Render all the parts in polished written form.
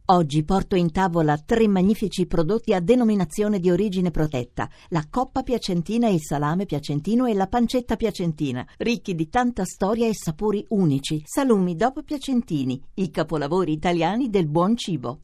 Oggi porto in tavola 3 magnifici prodotti a denominazione di origine protetta: la coppa piacentina, il salame piacentino e la pancetta piacentina, ricchi di tanta storia e sapori unici. Salumi DOP Piacentini, i capolavori italiani del buon cibo.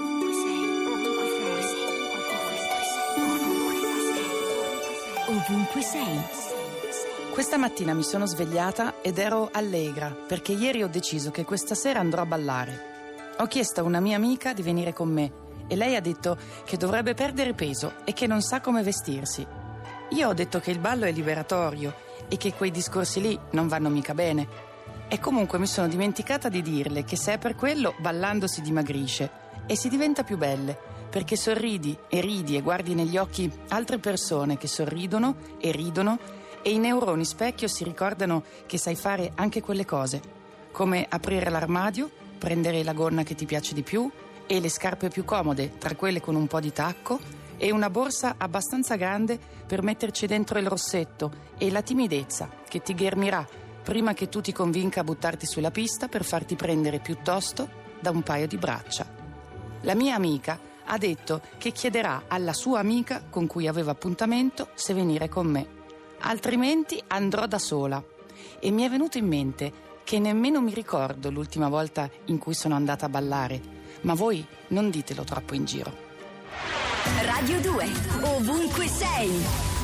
Ovunque sei. Questa mattina mi sono svegliata ed ero allegra perché ieri ho deciso che questa sera andrò a ballare. Ho chiesto a una mia amica di venire con me e lei ha detto che dovrebbe perdere peso e che non sa come vestirsi. Io ho detto che il ballo è liberatorio e che quei discorsi lì non vanno mica bene. E comunque mi sono dimenticata di dirle che se è per quello, ballando si dimagrisce e si diventa più belle, perché sorridi e guardi negli occhi altre persone che sorridono e ridono e i neuroni specchio si ricordano che sai fare anche quelle cose, come aprire l'armadio, prendere la gonna che ti piace di più e le scarpe più comode, tra quelle con un po' di tacco, e una borsa abbastanza grande per metterci dentro il rossetto e la timidezza che ti ghermirà prima che tu ti convinca a buttarti sulla pista per farti prendere piuttosto da un paio di braccia. La mia amica ha detto che chiederà alla sua amica con cui aveva appuntamento se venire con me, altrimenti andrò da sola. E mi è venuto in mente che nemmeno mi ricordo l'ultima volta in cui sono andata a ballare, ma voi non ditelo troppo in giro. Radio 2, ovunque sei.